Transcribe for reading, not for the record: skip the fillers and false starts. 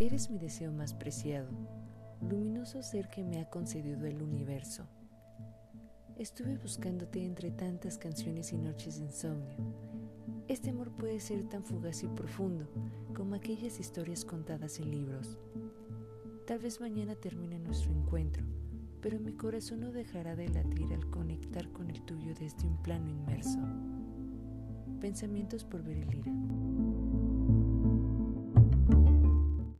Eres mi deseo más preciado, luminoso ser que me ha concedido el universo. Estuve buscándote entre tantas canciones y noches de insomnio. Este amor puede ser tan fugaz y profundo como aquellas historias contadas en libros. Tal vez mañana termine nuestro encuentro, pero mi corazón no dejará de latir al conectar con el tuyo desde un plano inmerso. Pensamientos por Beryl Lira.